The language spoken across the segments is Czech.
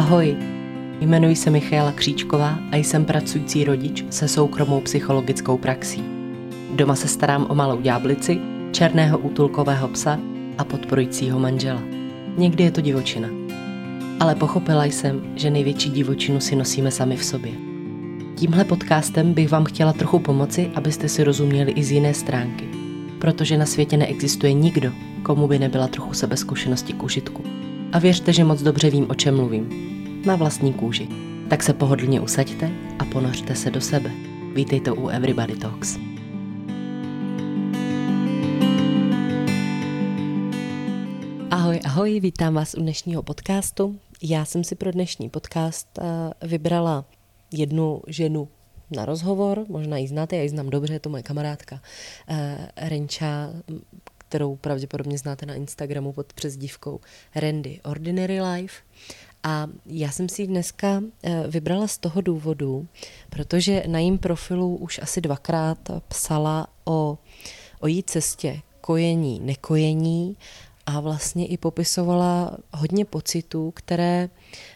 Ahoj, jmenuji se Michaela Kříčková a jsem pracující rodič se soukromou psychologickou praxí. Doma se starám o malou ďáblici, černého útulkového psa a podporujícího manžela. Někdy je to divočina. Ale pochopila jsem, že největší divočinu si nosíme sami v sobě. Tímhle podcastem bych vám chtěla trochu pomoci, abyste si rozuměli i z jiné stránky. Protože na světě neexistuje nikdo, komu by nebyla trochu sebezkušenosti k užitku. A věřte, že moc dobře vím, o čem mluvím. Na vlastní kůži. Tak se pohodlně usaďte a ponořte se do sebe. Vítejte u Everybody Talks. Ahoj, vítám vás u dnešního podcastu. Já jsem si pro dnešní podcast vybrala jednu ženu na rozhovor, možná ji znáte, já ji znám dobře, je to moje kamarádka Renča, kterou pravděpodobně znáte na Instagramu pod přezdívkou Randy Ordinary Life. A já jsem si ji dneska vybrala z toho důvodu, protože na jím profilu už asi 2krát psala o její cestě kojení, nekojení a vlastně i popisovala hodně pocitů, které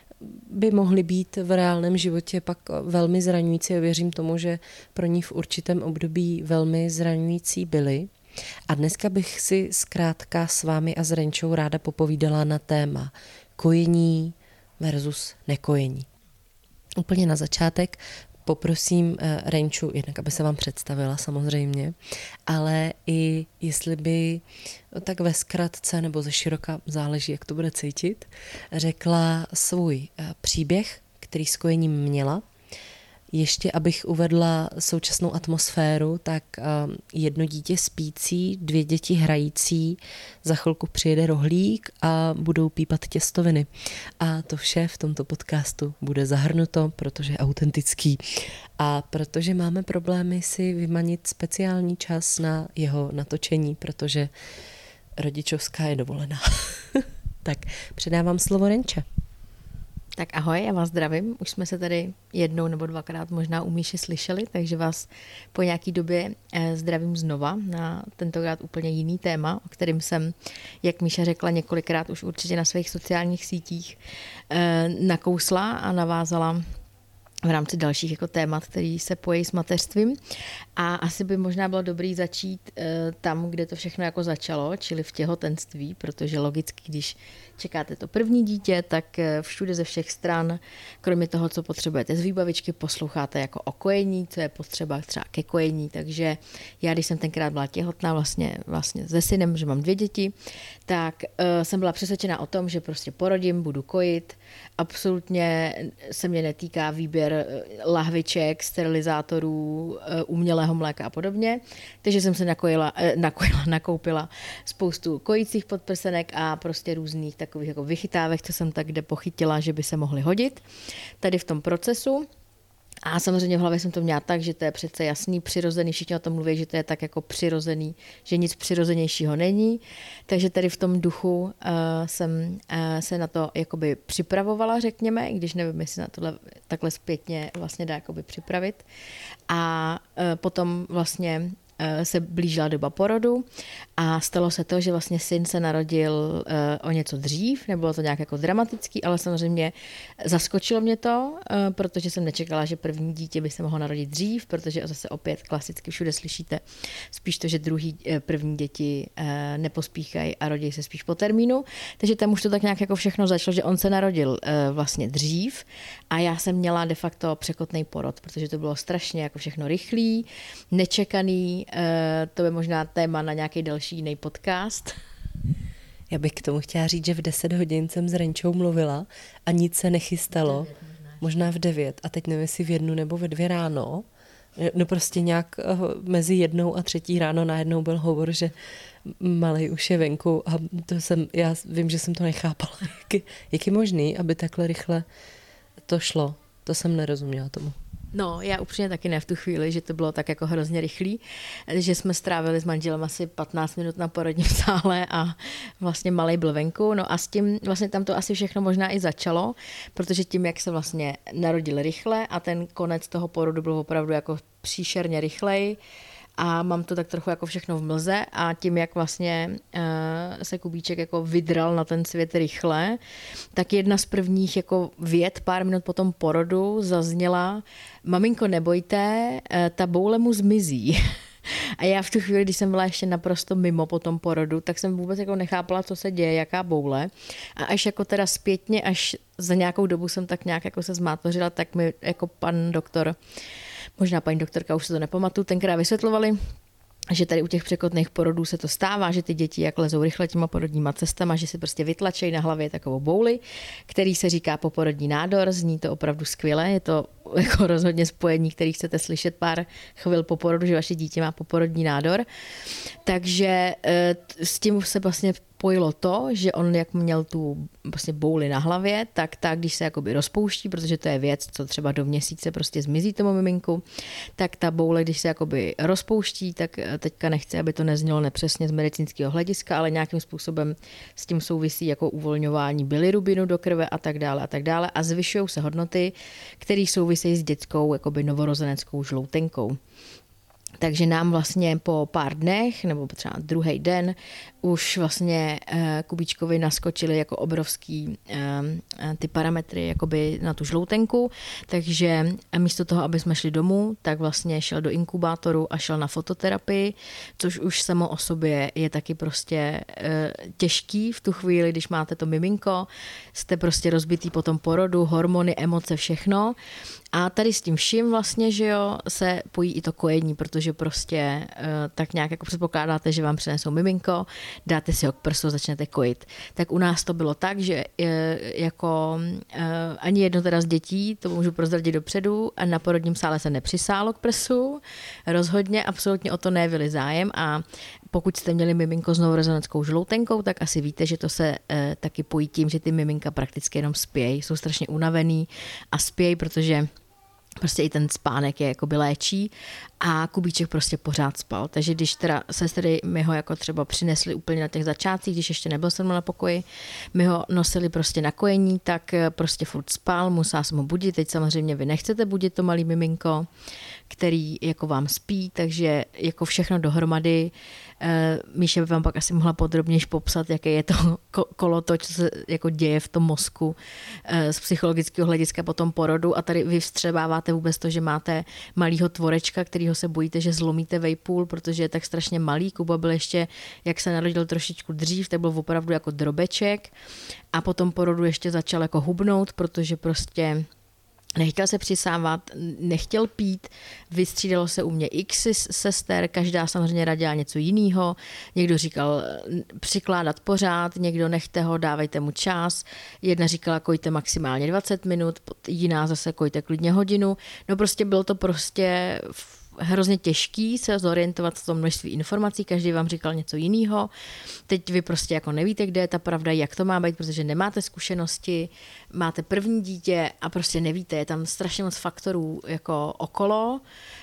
by mohly být v reálném životě pak velmi zraňující a věřím tomu, že pro ní v určitém období velmi zraňující byly. A dneska bych si zkrátka s vámi a s Renčou ráda popovídala na téma kojení versus nekojení. Úplně na začátek poprosím Renču, jednak aby se vám představila samozřejmě, ale i jestli by tak ve zkratce nebo ze široka, záleží, jak to bude cítit, řekla svůj příběh, který s kojením měla. Ještě abych uvedla současnou atmosféru, tak jedno dítě spící, 2 děti hrající, za chvilku přijede rohlík a budou pípat těstoviny. A to vše v tomto podcastu bude zahrnuto, protože je autentický a protože máme problémy si vymanit speciální čas na jeho natočení, protože rodičovská je dovolená. Tak předávám slovo Renče. Tak ahoj, já vás zdravím. Už jsme se tady 1 nebo 2krát možná u Míši slyšeli, takže vás po nějaký době zdravím znova na tentokrát úplně jiný téma, o kterým jsem, jak Míša řekla, několikrát už určitě na svých sociálních sítích nakousla a navázala v rámci dalších jako témat, který se pojí s mateřstvím. A asi by možná bylo dobrý začít tam, kde to všechno jako začalo, čili v těhotenství, protože logicky, když čekáte to první dítě, tak všude ze všech stran, kromě toho, co potřebujete z výbavičky, posloucháte jako o kojení, co je potřeba třeba ke kojení. Takže já, když jsem tenkrát byla těhotná vlastně se synem, že mám 2 děti, tak jsem byla přesvědčena o tom, že prostě porodím, budu kojit. Absolutně se mě netýká výběr lahviček, sterilizátorů, umělého mléka a podobně. Takže jsem se nakoupila spoustu kojících podprsenek a prostě různých takových jako vychytávek, co jsem tak kde pochytila, že by se mohly hodit tady v tom procesu. A samozřejmě v hlavě jsem to měla tak, že to je přece jasný, přirozený, všichni o tom mluví, že to je tak jako přirozený, že nic přirozenějšího není. Takže tady v tom duchu jsem se na to jakoby připravovala, řekněme, i když nevím, jestli na tohle takhle zpětně vlastně dá jakoby připravit. A potom vlastně se blížila doba porodu a stalo se to, že vlastně syn se narodil o něco dřív, nebylo to nějak jako dramatický, ale samozřejmě zaskočilo mě to, protože jsem nečekala, že první dítě by se mohlo narodit dřív, protože zase opět klasicky všude slyšíte spíš to, že první děti nepospíchají a rodí se spíš po termínu, takže tam už to tak nějak jako všechno začalo, že on se narodil vlastně dřív a já jsem měla de facto překotný porod, protože to bylo strašně jako všechno rychlý, nečekaný. To je možná téma na nějaký další jiný podcast. Já bych k tomu chtěla říct, že v 10 hodin jsem s Renčou mluvila a nic se nechystalo. Možná v 9 a teď nevím, jestli v 1 nebo ve 2 ráno. No prostě nějak mezi 1 a 3 ráno najednou byl hovor, že malej už je venku a já vím, že jsem to nechápala. Jak je možný, aby takhle rychle to šlo? To jsem nerozuměla tomu. No, já upřímně taky ne v tu chvíli, že to bylo tak jako hrozně rychlý, že jsme strávili s manželem asi 15 minut na porodním sále a vlastně malej byl venku, no a s tím vlastně tam to asi všechno možná i začalo, protože tím, jak se vlastně narodil rychle a ten konec toho porodu byl opravdu jako příšerně rychlej a mám to tak trochu jako všechno v mlze a tím, jak vlastně se Kubíček jako vydral na ten svět rychle, tak jedna z prvních jako vět pár minut po tom porodu zazněla: maminko, nebojte, ta boule mu zmizí. A já v tu chvíli, když jsem byla ještě naprosto mimo po tom porodu, tak jsem vůbec jako nechápala, co se děje, jaká boule. A až jako teda zpětně, až za nějakou dobu jsem tak nějak jako se zmátořila, tak mi jako pan doktor, možná paní doktorka, už se to nepamatuju, tenkrát vysvětlovali, že tady u těch překotných porodů se to stává, že ty děti jak lezou rychle těma porodníma cestama, že si prostě vytlačejí na hlavě takovou bouli, který se říká poporodní nádor, zní to opravdu skvěle, je to jako rozhodně spojení, který chcete slyšet pár chvil po porodu, že vaše dítě má poporodní nádor. Takže s tím se vlastně pojilo to, že on jak měl tu vlastně bouli na hlavě, tak když se jakoby rozpouští, protože to je věc, co třeba do měsíce prostě zmizí tomu miminku, tak ta boule, když se jakoby rozpouští, tak teďka nechci, aby to neznělo nepřesně z medicínského hlediska, ale nějakým způsobem s tím souvisí jako uvolňování bilirubinu do krve a tak dále a zvyšují se hodnoty, které souvisejí s dětskou jakoby novorozeneckou žloutenkou. Takže nám vlastně po pár dnech, nebo třeba druhý den, už vlastně Kubíčkovi naskočily jako obrovský ty parametry jakoby na tu žloutenku, takže místo toho, aby jsme šli domů, tak vlastně šel do inkubátoru a šel na fototerapii, což už samo o sobě je taky prostě těžký v tu chvíli, když máte to miminko, jste prostě rozbitý po tom porodu, hormony, emoce, všechno. A tady s tím vším vlastně, že jo, se pojí i to kojení, protože prostě tak nějak jako předpokládáte, že vám přinesou miminko, dáte si ho k prsu, začnete kojit. Tak u nás to bylo tak, že jako ani jedno teda z dětí, to můžu prozradit dopředu, a na porodním sále se nepřisálo k prsu, rozhodně, absolutně o to nebyli zájem a pokud jste měli miminko s novorozeneckou žloutenkou, tak asi víte, že to se taky pojí tím, že ty miminka prakticky jenom spějí, jsou strašně unavený a spějí, protože prostě i ten spánek je jakoby léčí a Kubíček prostě pořád spal. Takže když teda sestry mi ho jako třeba přinesli úplně na těch začátcích, když ještě nebyl jsem na pokoji, my ho nosili prostě na kojení, tak prostě furt spal, musela jsem ho budit. Teď samozřejmě vy nechcete budit to malý miminko, který jako vám spí, takže jako všechno dohromady. Míše by vám pak asi mohla podrobněji popsat, jaké je to kolotoč, co se jako děje v tom mozku z psychologického hlediska po tom porodu a tady vy vstřebáváte vůbec to, že máte malýho tvorečka, kterýho se bojíte, že zlomíte vejpůl, protože je tak strašně malý. Kuba byl ještě, jak se narodil trošičku dřív, tak byl opravdu jako drobeček a po tom porodu ještě začal jako hubnout, protože prostě nechtěl se přisávat, nechtěl pít, vystřídalo se u mě x sester, každá samozřejmě radila něco jiného. Někdo říkal přikládat pořád, někdo nechte ho, dávejte mu čas. Jedna říkala kojte maximálně 20 minut, jiná zase kojte klidně hodinu. No prostě bylo to prostě hrozně těžký se zorientovat v tom množství informací, každý vám říkal něco jiného. Teď vy prostě jako nevíte, kde je ta pravda, jak to má být, protože nemáte zkušenosti, máte první dítě a prostě nevíte, je tam strašně moc faktorů jako okolo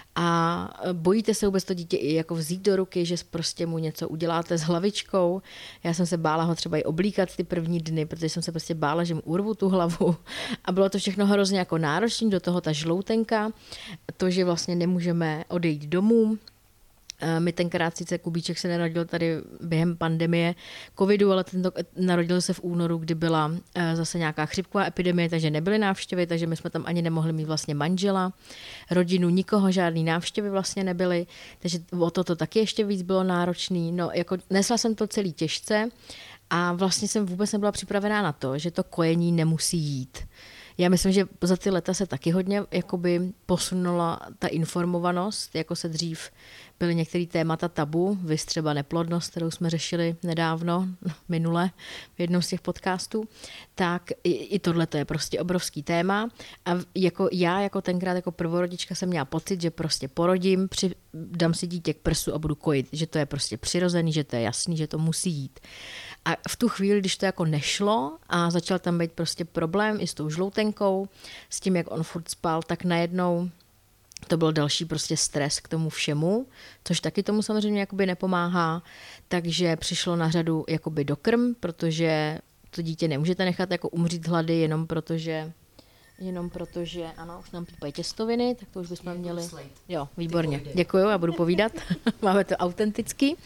a bojíte se vůbec to dítě i jako vzít do ruky, že prostě mu něco uděláte s hlavičkou. Já jsem se bála ho třeba i oblíkat ty první dny, protože jsem se prostě bála, že mu urvu tu hlavu a bylo to všechno hrozně jako náročné, do toho ta žloutenka, to, že vlastně nemůžeme odejít domů. My tenkrát sice Kubíček se narodil tady během pandemie covidu, ale narodil se v únoru, kdy byla zase nějaká chřipková epidemie, takže nebyly návštěvy, takže my jsme tam ani nemohli mít vlastně manžela, rodinu, nikoho, žádný návštěvy vlastně nebyly, takže o to taky ještě víc bylo náročný. No, jako nesla jsem to celý těžce a vlastně jsem vůbec nebyla připravená na to, že to kojení nemusí jít. Já myslím, že za ty leta se taky hodně jakoby posunula ta informovanost, jako se dřív byly některé témata tabu, viz třeba neplodnost, kterou jsme řešili nedávno, minule v jednom z těch podcastů, tak i tohle to je prostě obrovský téma a jako já jako tenkrát jako prvorodička jsem měla pocit, že prostě porodím, dám si dítě k prsu a budu kojit, že to je prostě přirozený, že to je jasný, že to musí jít. A v tu chvíli, když to jako nešlo a začal tam být prostě problém i s tou žloutenkou, s tím, jak on furt spal, tak najednou to byl další prostě stres k tomu všemu, což taky tomu samozřejmě jakoby nepomáhá, takže přišlo na řadu jakoby dokrm, protože to dítě nemůžete nechat jako umřít hlady jenom protože jenom protože, ano, už nám pípají těstoviny, tak to už bychom měli. Jo, výborně, děkuju, já budu povídat. Máme to autentický.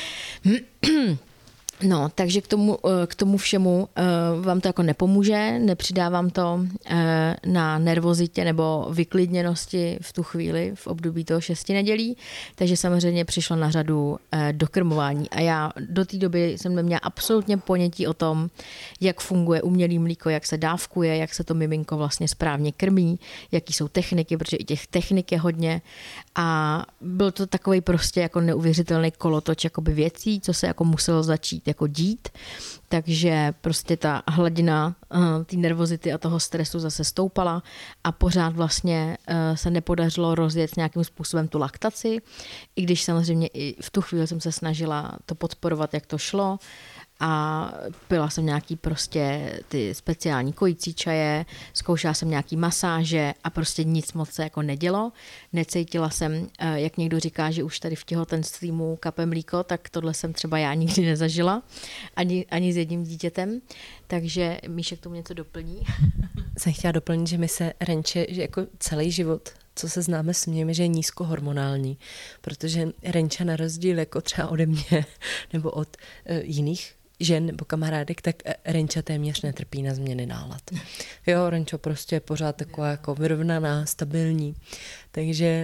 No, takže k tomu všemu vám to jako nepomůže, nepřidávám to na nervozitě nebo vyklidněnosti v tu chvíli, v období toho 6 nedělí, takže samozřejmě přišlo na řadu dokrmování a já do té doby jsem neměla absolutně ponětí o tom, jak funguje umělý mlíko, jak se dávkuje, jak se to miminko vlastně správně krmí, jaký jsou techniky, protože i těch technik je hodně a byl to takový prostě jako neuvěřitelný kolotoč jakoby věcí, co se jako muselo začít jako dít, takže prostě ta hladina té nervozity a toho stresu zase stoupala a pořád vlastně se nepodařilo rozjet nějakým způsobem tu laktaci, i když samozřejmě i v tu chvíli jsem se snažila to podporovat, jak to šlo, a pila jsem nějaký prostě ty speciální kojící čaje, zkoušela jsem nějaký masáže a prostě nic moc se jako nedělo. Necítila jsem, jak někdo říká, že už tady v těhotenství mu kape mlíko, tak tohle jsem třeba já nikdy nezažila, ani s jedním dítětem. Takže Míša k tomu něco doplní. Jsem chtěla doplnit, že my se Renče, že jako celý život, co se známe, smějeme, že je nízkohormonální, protože Renča na rozdíl jako třeba ode mě nebo od jiných žen nebo kamarádek, tak Renča téměř netrpí na změny nálad. Jo, Renča prostě je pořád taková jako vyrovnaná, stabilní. Takže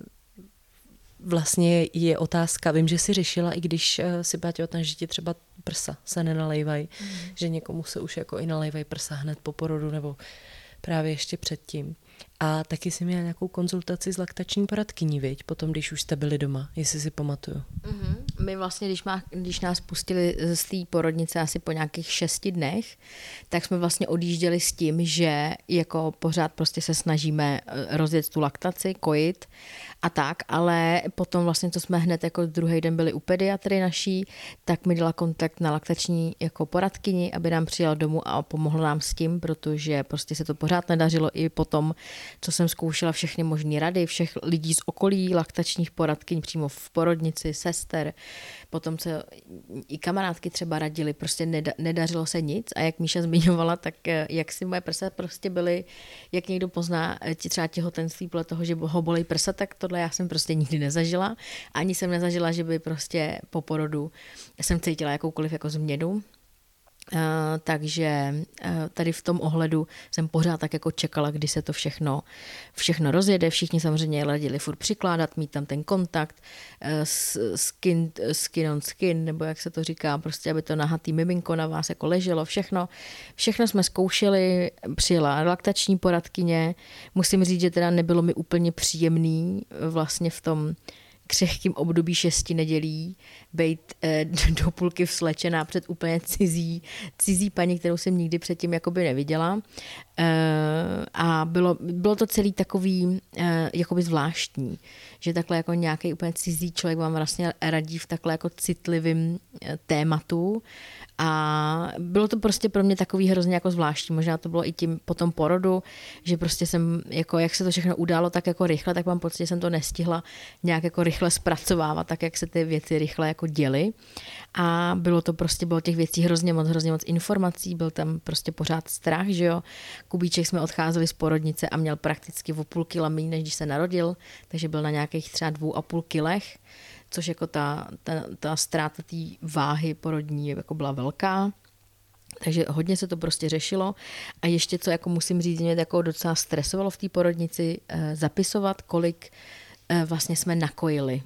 vlastně je otázka, vím, že si řešila, i když si byla těhotná, že ti třeba prsa se nenalejvají, že někomu se už jako i nalejvají prsa hned po porodu nebo právě ještě předtím. A taky jsem měla nějakou konzultaci s laktační poradkyní, viď? Potom, když už jste byli doma, jestli si pamatuju. My vlastně, když nás pustili z té porodnice asi po nějakých 6 dnech, tak jsme vlastně odjížděli s tím, že jako pořád prostě se snažíme rozjet tu laktaci, kojit a tak, ale potom vlastně, co jsme hned jako druhý den byli u pediatry naší, tak mi dala kontakt na laktační jako poradkyni, aby nám přijela domů a pomohla nám s tím, protože prostě se to pořád nedařilo i potom, co jsem zkoušela všechny možné rady, všech lidí z okolí, laktačních poradkyň přímo v porodnici, sester, potom se i kamarádky třeba radily, prostě nedařilo se nic a jak Míša zmiňovala, tak jak si moje prsa prostě byly, jak někdo pozná třeba těhotenství podle toho, že ho bolí prsa, tak tohle já jsem prostě nikdy nezažila. Ani jsem nezažila, že by prostě po porodu jsem cítila jakoukoliv jako změnu. Takže tady v tom ohledu jsem pořád tak jako čekala, kdy se to všechno rozjede. Všichni samozřejmě radili furt přikládat, mít tam ten kontakt, skin on skin, nebo jak se to říká, prostě aby to nahatý miminko na vás jako leželo, všechno jsme zkoušeli, přijela laktační poradkyně. Musím říct, že teda nebylo mi úplně příjemný vlastně v tom křehkým období 6 nedělí bejt do půlky vslečená před úplně cizí paní, kterou jsem nikdy předtím jakoby neviděla. A bylo to celý takový jakoby zvláštní, že takhle jako nějaký úplně cizí člověk vám vlastně radí v takhle jako citlivým tématu a bylo to prostě pro mě takový hrozně jako zvláštní. Možná to bylo i tím po tom porodu, že prostě jsem, jako jak se to všechno událo tak jako rychle, tak mám pocit, že jsem to nestihla nějak jako rychle zpracovávat, tak jak se ty věci rychle jako děly. A bylo těch věcí hrozně moc informací, byl tam prostě pořád strach, že jo. Kubíček jsme odcházeli z porodnice a měl prakticky o půl kila méně, než když se narodil, takže byl na nějakých třeba 2,5 kilech, což jako ta ztráta té váhy porodní jako byla velká. Takže hodně se to prostě řešilo a ještě co jako musím říct, mě jako docela stresovalo v té porodnici zapisovat, kolik vlastně jsme nakojili.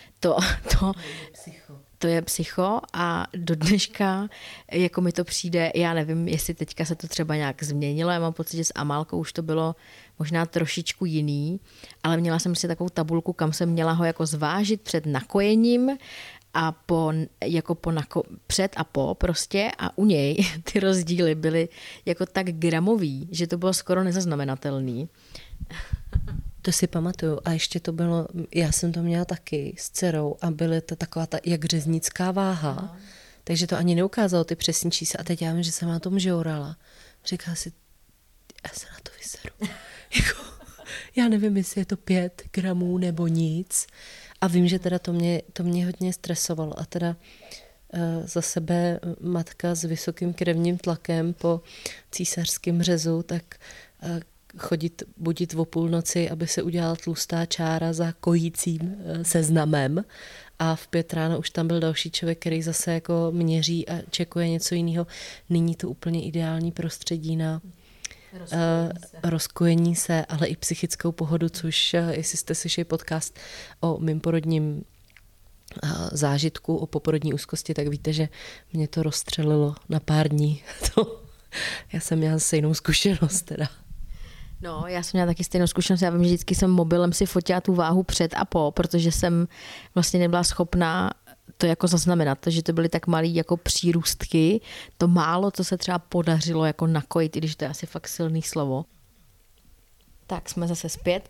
To je psycho a do dneška jako mi to přijde, já nevím, jestli teďka se to třeba nějak změnilo, já mám pocit, že s Amálkou už to bylo možná trošičku jiný, ale měla jsem si takovou tabulku, kam jsem měla ho jako zvážit před nakojením a před a po prostě a u něj ty rozdíly byly jako tak gramový, že to bylo skoro nezaznamenatelný. To si pamatuju. A ještě to bylo, já jsem to měla taky s dcerou a byly to taková ta jak řeznická váha, no. Takže to ani neukázalo ty přesní čísla. A teď já vím, že jsem na tom žourala. Říkala si, já se na to vyseru. Jako, já nevím, jestli je to 5 gramů nebo nic. A vím, že teda to mě hodně stresovalo. A teda za sebe matka s vysokým krevním tlakem po císařském řezu, tak chodit budit o půlnoci, aby se udělala tlustá čára za kojícím seznamem a v 5 ráno už tam byl další člověk, který zase jako měří a čekuje něco jiného. Není to úplně ideální prostředí na rozkojení se, ale i psychickou pohodu, což jestli jste slyšeli podcast o mým porodním zážitku, o poporodní úzkosti, tak víte, že mě to rozstřelilo na pár dní. Já jsem měla zase jinou zkušenost teda. No, já jsem měla taky stejnou zkušenost. Já vím, že vždycky jsem mobilem si fotila tu váhu před a po, protože jsem vlastně nebyla schopná to jako zaznamenat, že to byly tak malý jako přírůstky. To málo, co se třeba podařilo jako nakojit, i když to je asi fakt silný slovo. Tak jsme zase zpět,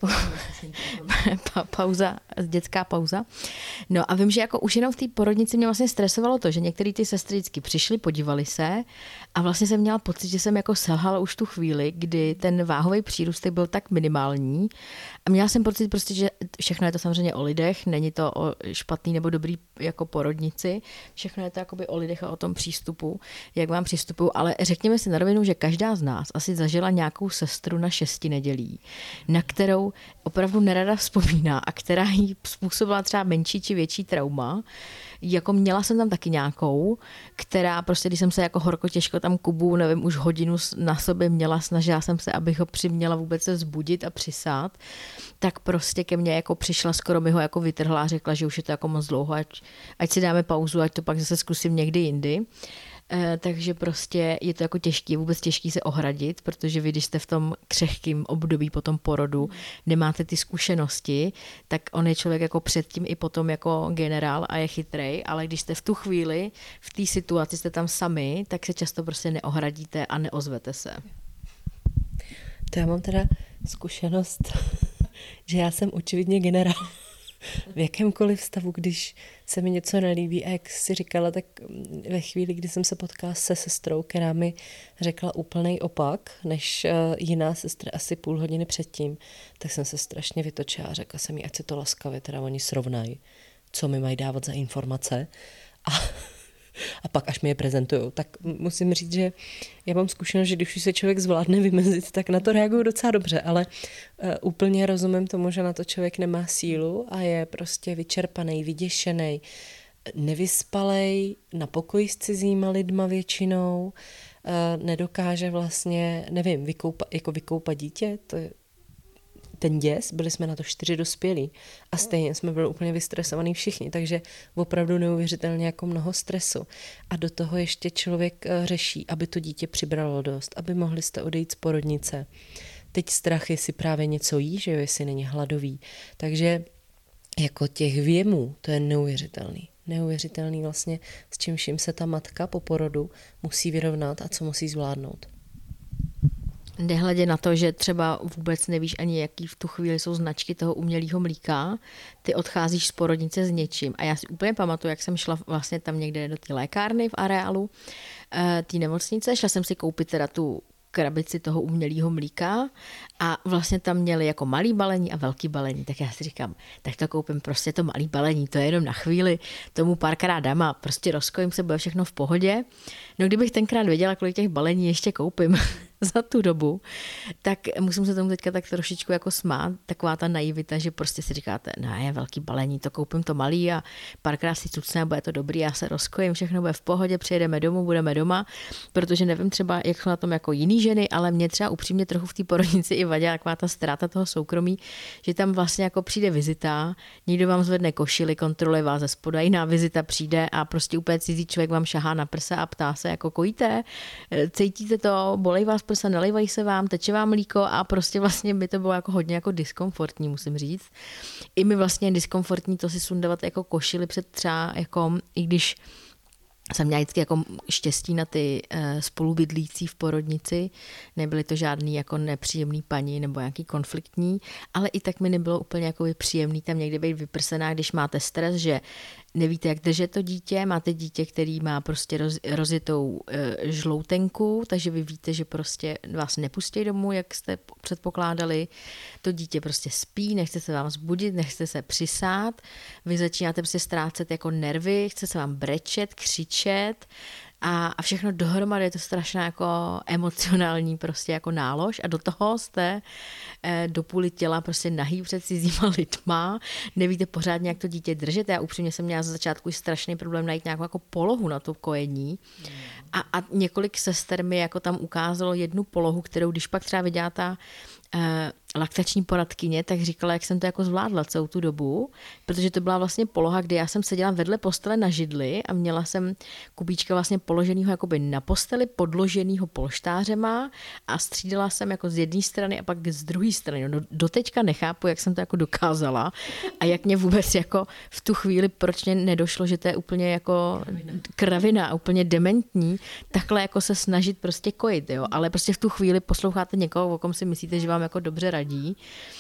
dětská pauza. No a vím, že jako už jenom v té porodnici mě vlastně stresovalo to, že některé ty sestry vždycky přišly, podívali se a vlastně jsem měla pocit, že jsem jako selhala už tu chvíli, kdy ten váhový přírůstek byl tak minimální a měla jsem pocit prostě, že všechno je to samozřejmě o lidech, není to o špatný nebo dobrý jako porodnici, všechno je to jakoby o lidech a o tom přístupu, jak vám přistupují, ale řekněme si na rovinu, že každá z nás asi zažila nějakou sestru na 6 nedělí, na kterou opravdu nerada vzpomíná a která jí způsobila třeba menší či větší trauma. Jako měla jsem tam taky nějakou, která prostě, když jsem se jako horko těžko tam Kubu, nevím, už hodinu na sobě měla, snažila jsem se, abych ho přiměla vůbec se vzbudit a přisát, tak prostě ke mně jako přišla, skoro mi ho jako vytrhla a řekla, že už je to jako moc dlouho, ať si dáme pauzu, ať to pak zase zkusím někdy jindy. Takže prostě je to jako těžký, vůbec těžký se ohradit, protože vy, když jste v tom křehkém období po tom porodu, nemáte ty zkušenosti, tak on je člověk jako předtím i potom jako generál a je chytrej, ale když jste v tu chvíli, v té situaci jste tam sami, tak se často prostě neohradíte a neozvete se. To já mám teda zkušenost, že já jsem očividně generál. V jakémkoliv stavu, když se mi něco nelíbí a jak si říkala, tak ve chvíli, kdy jsem se potkala se sestrou, která mi řekla úplnej opak, než jiná sestra asi půl hodiny předtím, tak jsem se strašně vytočila a řekla jsem jí, ať se to laskavě teda oni srovnají, co mi mají dávat za informace a pak až mi je prezentujou. Tak musím říct, že já mám zkušenost, že když už se člověk zvládne vymezit, tak na to reaguju docela dobře, ale úplně rozumím tomu, že na to člověk nemá sílu a je prostě vyčerpaný, vyděšený, nevyspalej, na pokoji s cizíma lidma většinou, nedokáže vlastně, nevím, vykoupat dítě, to je ten děs, byli jsme na to 4 dospělí a stejně jsme byli úplně vystresovaní všichni, takže opravdu neuvěřitelně jako mnoho stresu. A do toho ještě člověk řeší, aby to dítě přibralo dost, aby mohli jste odejít z porodnice. Teď strach, jestli právě něco jí, že jo, jestli není hladový. Takže jako těch věmů, to je neuvěřitelný. Neuvěřitelný vlastně, s čím vším se ta matka po porodu musí vyrovnat a co musí zvládnout. Nehledě na to, že třeba vůbec nevíš ani, jaký v tu chvíli jsou značky toho umělého mlíka, ty odcházíš z porodnice s něčím. A já si úplně pamatuju, jak jsem šla vlastně tam někde do té lékárny v areálu té nemocnice, šla jsem si koupit teda tu krabici toho umělého mlíka a vlastně tam měli jako malý balení a velký balení. Tak já si říkám, tak to koupím prostě to malý balení, to je jenom na chvíli, tomu párkrát dám a prostě rozkojím se, bude všechno v pohodě. No kdybych tenkrát věděla, kolik těch balení ještě koupím za tu dobu, tak musím se tomu teďka tak trošičku jako smát, taková ta naivita, že prostě si říkáte, ne, velký balení, to koupím to malý a párkrát si cucne, bude to dobrý, já se rozkojím, všechno bude v pohodě, přijedeme domů, budeme doma, protože nevím třeba, jak jsou na tom jako jiný ženy, ale mě třeba upřímně trochu v té porodnici i vadila taková ta ztráta toho soukromí, že tam vlastně jako přijde vizita, někdo vám zvedne košili, kontroluje vás ze spoda, jiná vizita přijde a prostě úplně cizí člověk vám šahá na prsa a ptá se, jako kojíte, cítíte to, bolej vás prsa, nalivají se vám, teče vám mlíko a prostě vlastně by to bylo jako hodně jako diskomfortní, musím říct. I mi vlastně diskomfortní to si sundávat jako košili před třeba jako, i když jsem měla vždycky jako štěstí na ty spolubydlící v porodnici, nebyly to žádný jako nepříjemný paní nebo nějaký konfliktní, ale i tak mi nebylo úplně jako příjemný tam někde být vyprsená, když máte stres, že nevíte, jak držet to dítě, máte dítě, který má prostě rozjetou žloutenku, takže vy víte, že prostě vás nepustí domů, jak jste předpokládali. To dítě prostě spí, nechce se vám vzbudit, nechce se přisát, vy začínáte prostě ztrácet jako nervy, chce se vám brečet, křičet, a všechno dohromady je to strašná jako emocionální prostě jako nálož a do toho jste do půli těla prostě nahý před cizíma lidma, nevíte pořádně, jak to dítě držet. Já upřímně jsem měla za začátku strašný problém najít nějakou jako polohu na to kojení a několik sester mi jako tam ukázalo jednu polohu, kterou když pak třeba viděla ta laktační poradkyně, tak říkala, jak jsem to jako zvládla celou tu dobu, protože to byla vlastně poloha, kdy já jsem seděla vedle postele na židli a měla jsem Kubíčka vlastně položenýho jakoby na posteli, podloženýho polštářema a střídala jsem jako z jedné strany a pak z druhé strany. No, doteďka nechápu, jak jsem to jako dokázala a jak mě vůbec jako v tu chvíli, proč mě nedošlo, že to je úplně jako kravina a úplně dementní, takhle jako se snažit prostě kojit, jo, ale prostě v tu chvíli posloucháte někoho, o kom si myslíte, že vám jako dobře radí.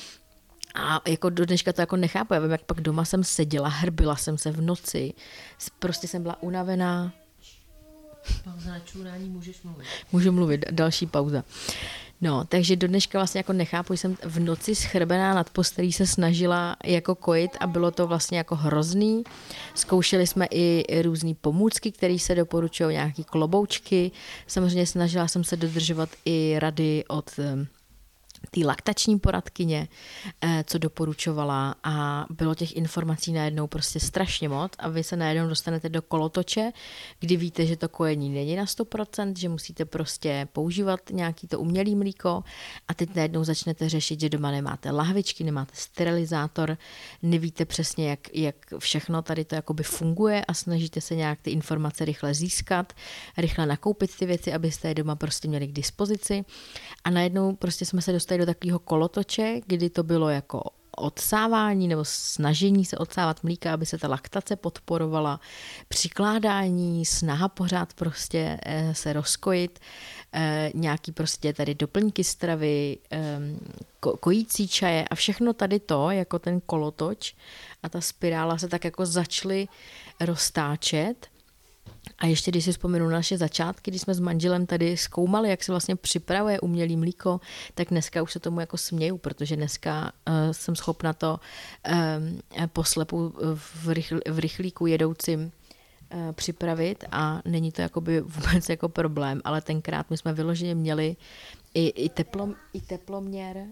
A jako do dneška to jako nechápu. Já vím, jak pak doma jsem seděla, hrbila jsem se v noci, prostě jsem byla unavená. Pauza na čurání, můžeš mluvit. Můžu mluvit, další pauza. No, takže do dneška vlastně jako nechápu, že jsem v noci schrbená nad postelí se snažila jako kojit a bylo to vlastně jako hrozný. Zkoušeli jsme i různý pomůcky, které se doporučují, nějaký kloboučky. Samozřejmě snažila jsem se dodržovat i rady od té laktační poradkyně, co doporučovala a bylo těch informací najednou prostě strašně moc a vy se najednou dostanete do kolotoče, kdy víte, že to kojení není na 100%, že musíte prostě používat nějaký to umělý mlíko a teď najednou začnete řešit, že doma nemáte lahvičky, nemáte sterilizátor, nevíte přesně, jak všechno tady to jakoby funguje a snažíte se nějak ty informace rychle získat, rychle nakoupit ty věci, abyste je doma prostě měli k dispozici a najednou prostě jsme se dostali do takového kolotoče, kdy to bylo jako odsávání nebo snažení se odsávat mlíka, aby se ta laktace podporovala, přikládání, snaha pořád prostě se rozkojit, nějaký prostě tady doplňky stravy, kojící čaje a všechno tady to, jako ten kolotoč a ta spirála se tak jako začaly roztáčet. A ještě když si vzpomenu na naše začátky, když jsme s manželem tady zkoumali, jak se vlastně připravuje umělý mlíko, tak dneska už se tomu jako směju, protože dneska jsem schopna to poslepu v rychlíku jedoucím připravit a není to jakoby vůbec jako problém, ale tenkrát my jsme vyloženě měli i teploměr,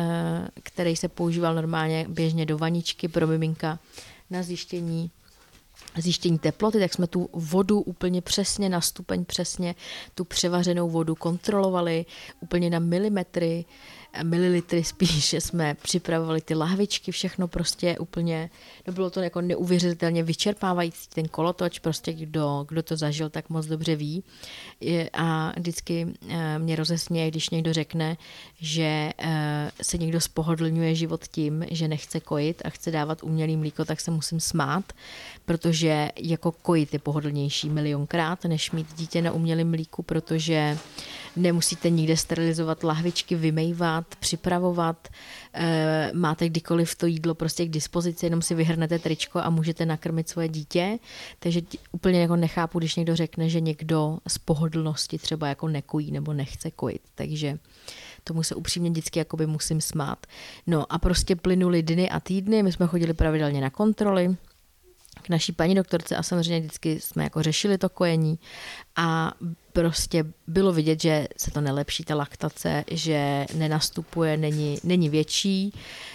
který se používal normálně běžně do vaničky pro miminka na zjištění teploty, tak jsme tu vodu úplně přesně na stupeň, přesně tu převařenou vodu kontrolovali úplně na mililitry spíš, jsme připravovali ty lahvičky, všechno prostě úplně, no bylo to jako neuvěřitelně vyčerpávající ten kolotoč, prostě kdo to zažil, tak moc dobře ví. A vždycky mě rozesměje, když někdo řekne, že se někdo spohodlňuje život tím, že nechce kojit a chce dávat umělý mlíko, tak se musím smát, protože jako kojit je pohodlnější milionkrát, než mít dítě na umělém mlíku, protože nemusíte nikde sterilizovat lahvičky, vymejvat, připravovat, máte kdykoliv to jídlo prostě k dispozici, jenom si vyhrnete tričko a můžete nakrmit svoje dítě, takže úplně jako nechápu, když někdo řekne, že někdo z pohodlnosti třeba jako nekojí nebo nechce kojit, takže tomu se upřímně vždycky jakoby musím smát. No a prostě plynuly dny a týdny, my jsme chodili pravidelně na kontroly k naší paní doktorce a samozřejmě vždycky jsme jako řešili to kojení a prostě bylo vidět, že se to nelepší, ta laktace, že nenastupuje, není větší.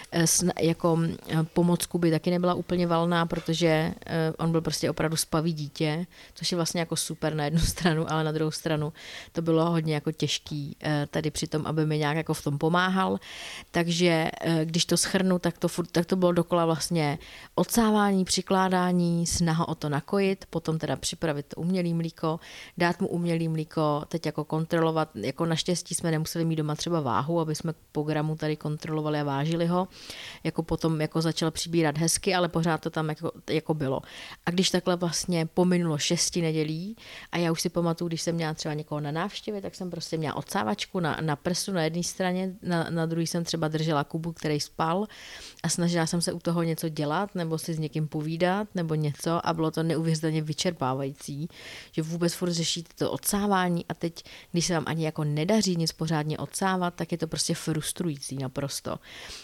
Jako pomoc Kuby taky nebyla úplně valná, protože on byl prostě opravdu spavý dítě, což je vlastně jako super na jednu stranu, ale na druhou stranu to bylo hodně jako těžký tady při tom, aby mi nějak jako v tom pomáhal. Takže když to shrnu, tak to bylo dokola vlastně odsávání, přikládání, snaha o to nakojit, potom teda připravit to umělý mlíko, dát mu umělý mlíko, teď jako kontrolovat, jako naštěstí jsme nemuseli mít doma třeba váhu, aby jsme po gramu tady kontrolovali a vážili ho, jako potom jako začal přibírat hezky, ale pořád to tam jako bylo. A když takhle vlastně pominulo 6 nedělí a já už si pamatuju, když jsem měla třeba někoho na návštěvě, tak jsem prostě měla odsávačku na prsu na jedné straně, na druhé jsem třeba držela Kubu, který spal a snažila jsem se u toho něco dělat, nebo si s někým povídat, nebo něco a bylo to neuvěřitelně vyčerpávající, že vůbec furt řešíte to odsávání a teď, když se vám ani jako nedaří nic pořádně odsávat, tak je to prostě frustrující naprosto.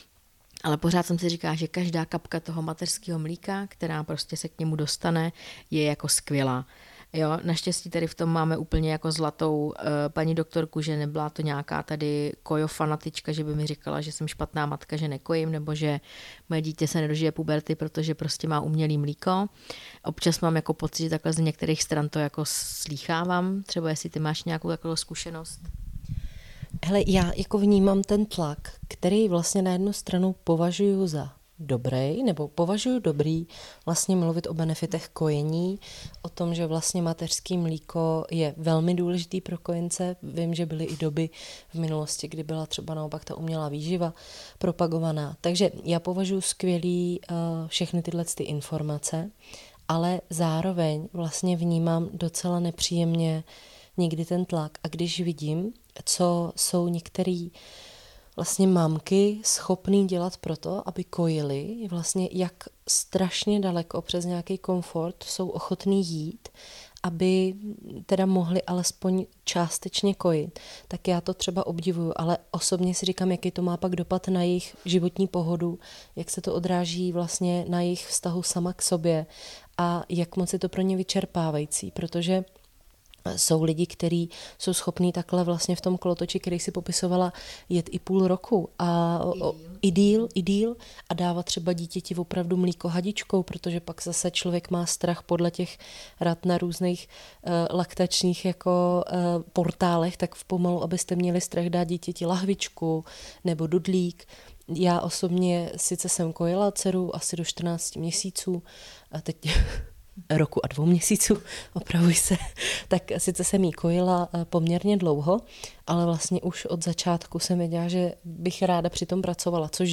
Ale pořád jsem si říkala, že každá kapka toho mateřského mlíka, která prostě se k němu dostane, je jako skvělá. Jo, naštěstí tady v tom máme úplně jako zlatou paní doktorku, že nebyla to nějaká tady kojofanatička, že by mi říkala, že jsem špatná matka, že nekojím, nebo že moje dítě se nedožije puberty, protože prostě má umělý mlíko. Občas mám jako pocit, že takhle z některých stran to jako slýchávám, třeba jestli ty máš nějakou takovou zkušenost. Hele, já jako vnímám ten tlak, který vlastně na jednu stranu považuji za dobrý, nebo považuji dobrý vlastně mluvit o benefitech kojení, o tom, že vlastně mateřský mlíko je velmi důležitý pro kojence. Vím, že byly i doby v minulosti, kdy byla třeba naopak ta umělá výživa propagovaná. Takže já považuji skvělý všechny tyhle ty informace, ale zároveň vlastně vnímám docela nepříjemně někdy ten tlak. A když vidím, co jsou některý vlastně mámky schopný dělat proto, aby kojily, vlastně jak strašně daleko přes nějaký komfort jsou ochotný jít, aby teda mohli alespoň částečně kojit, tak já to třeba obdivuju, ale osobně si říkám, jaký to má pak dopad na jejich životní pohodu, jak se to odráží vlastně na jejich vztahu sama k sobě a jak moc je to pro ně vyčerpávající, protože jsou lidi, kteří jsou schopní takhle vlastně v tom kolotoči, který si popisovala, jet i půl roku a i díl a dávat třeba dítěti opravdu mlíko hadičkou, protože pak zase člověk má strach podle těch rad na různých laktačních jako portálech, tak v pomalu, abyste měli strach dát dítěti lahvičku nebo dudlík. Já osobně sice jsem kojila dceru asi do 14 měsíců a teď roku a 2 měsíců, opravuj se, tak sice jsem jí kojila poměrně dlouho, ale vlastně už od začátku jsem věděla, že bych ráda při tom pracovala, což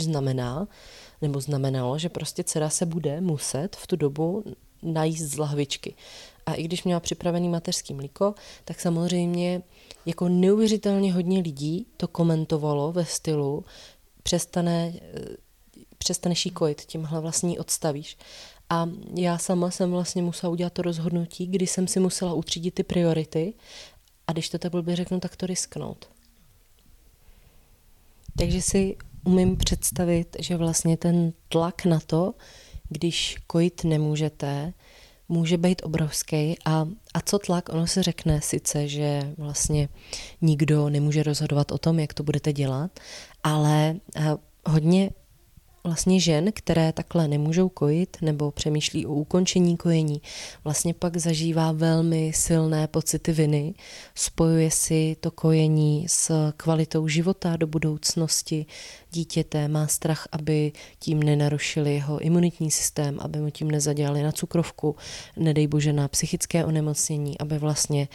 znamenalo, že prostě dcera se bude muset v tu dobu najíst z lahvičky. A i když měla připravený mateřský mlíko, tak samozřejmě jako neuvěřitelně hodně lidí to komentovalo ve stylu přestaneš jí kojit, tímhle vlastně odstavíš. A já sama jsem vlastně musela udělat to rozhodnutí, kdy jsem si musela utřídit ty priority a když to tak blbě řeknu, tak to risknout. Takže si umím představit, že vlastně ten tlak na to, když kojit nemůžete, může být obrovský. A co tlak? Ono se řekne sice, že vlastně nikdo nemůže rozhodovat o tom, jak to budete dělat, ale hodně vlastně žen, které takhle nemůžou kojit nebo přemýšlí o ukončení kojení, vlastně pak zažívá velmi silné pocity viny, spojuje si to kojení s kvalitou života do budoucnosti dítěte, má strach, aby tím nenarušili jeho imunitní systém, aby mu tím nezadělali na cukrovku, nedej bože na psychické onemocnění, aby vlastně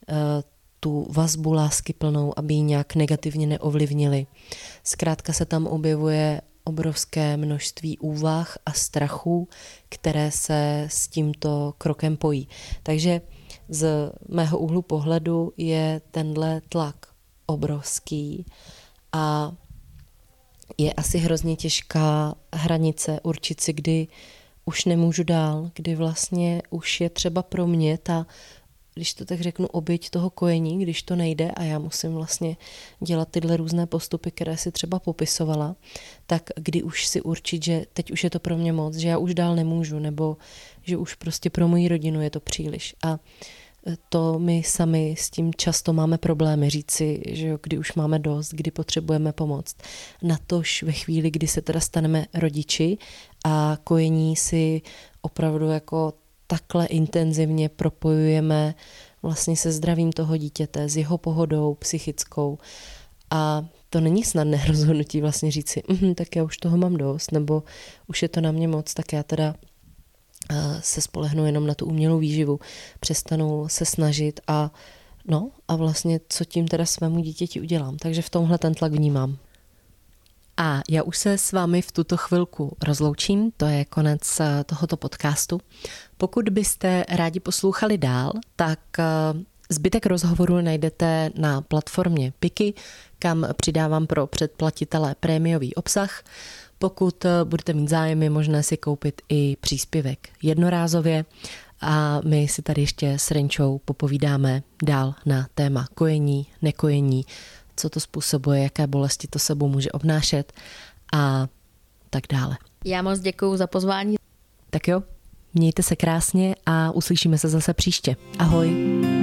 tu vazbu láskyplnou, aby ji nějak negativně neovlivnili. Zkrátka se tam objevuje obrovské množství úvah a strachů, které se s tímto krokem pojí. Takže z mého úhlu pohledu je tenhle tlak obrovský a je asi hrozně těžká hranice určit si, kdy už nemůžu dál, kdy vlastně už je třeba pro mě ta, když to tak řeknu, oběť toho kojení, když to nejde a já musím vlastně dělat tyhle různé postupy, které si třeba popisovala, tak kdy už si určit, že teď už je to pro mě moc, že já už dál nemůžu, nebo že už prostě pro moji rodinu je to příliš. A to my sami s tím často máme problémy říct si, že jo, kdy už máme dost, kdy potřebujeme pomoct. Natož ve chvíli, kdy se teda staneme rodiči a kojení si opravdu jako takhle intenzivně propojujeme vlastně se zdravím toho dítěte, s jeho pohodou psychickou. A to není snadné rozhodnutí vlastně říct si, tak já už toho mám dost, nebo už je to na mě moc, tak já teda se spolehnu jenom na tu umělou výživu, přestanu se snažit a vlastně co tím teda svému dítěti udělám. Takže v tomhle ten tlak vnímám. A já už se s vámi v tuto chvilku rozloučím, to je konec tohoto podcastu. Pokud byste rádi poslouchali dál, tak zbytek rozhovoru najdete na platformě Piky, kam přidávám pro předplatitele prémiový obsah. Pokud budete mít zájem, je možné si koupit i příspěvek jednorázově a my si tady ještě s Renčou popovídáme dál na téma kojení, nekojení, co to způsobuje, jaké bolesti to sebou může obnášet a tak dále. Já moc děkuju za pozvání. Tak jo, Mějte se krásně a uslyšíme se zase příště. Ahoj.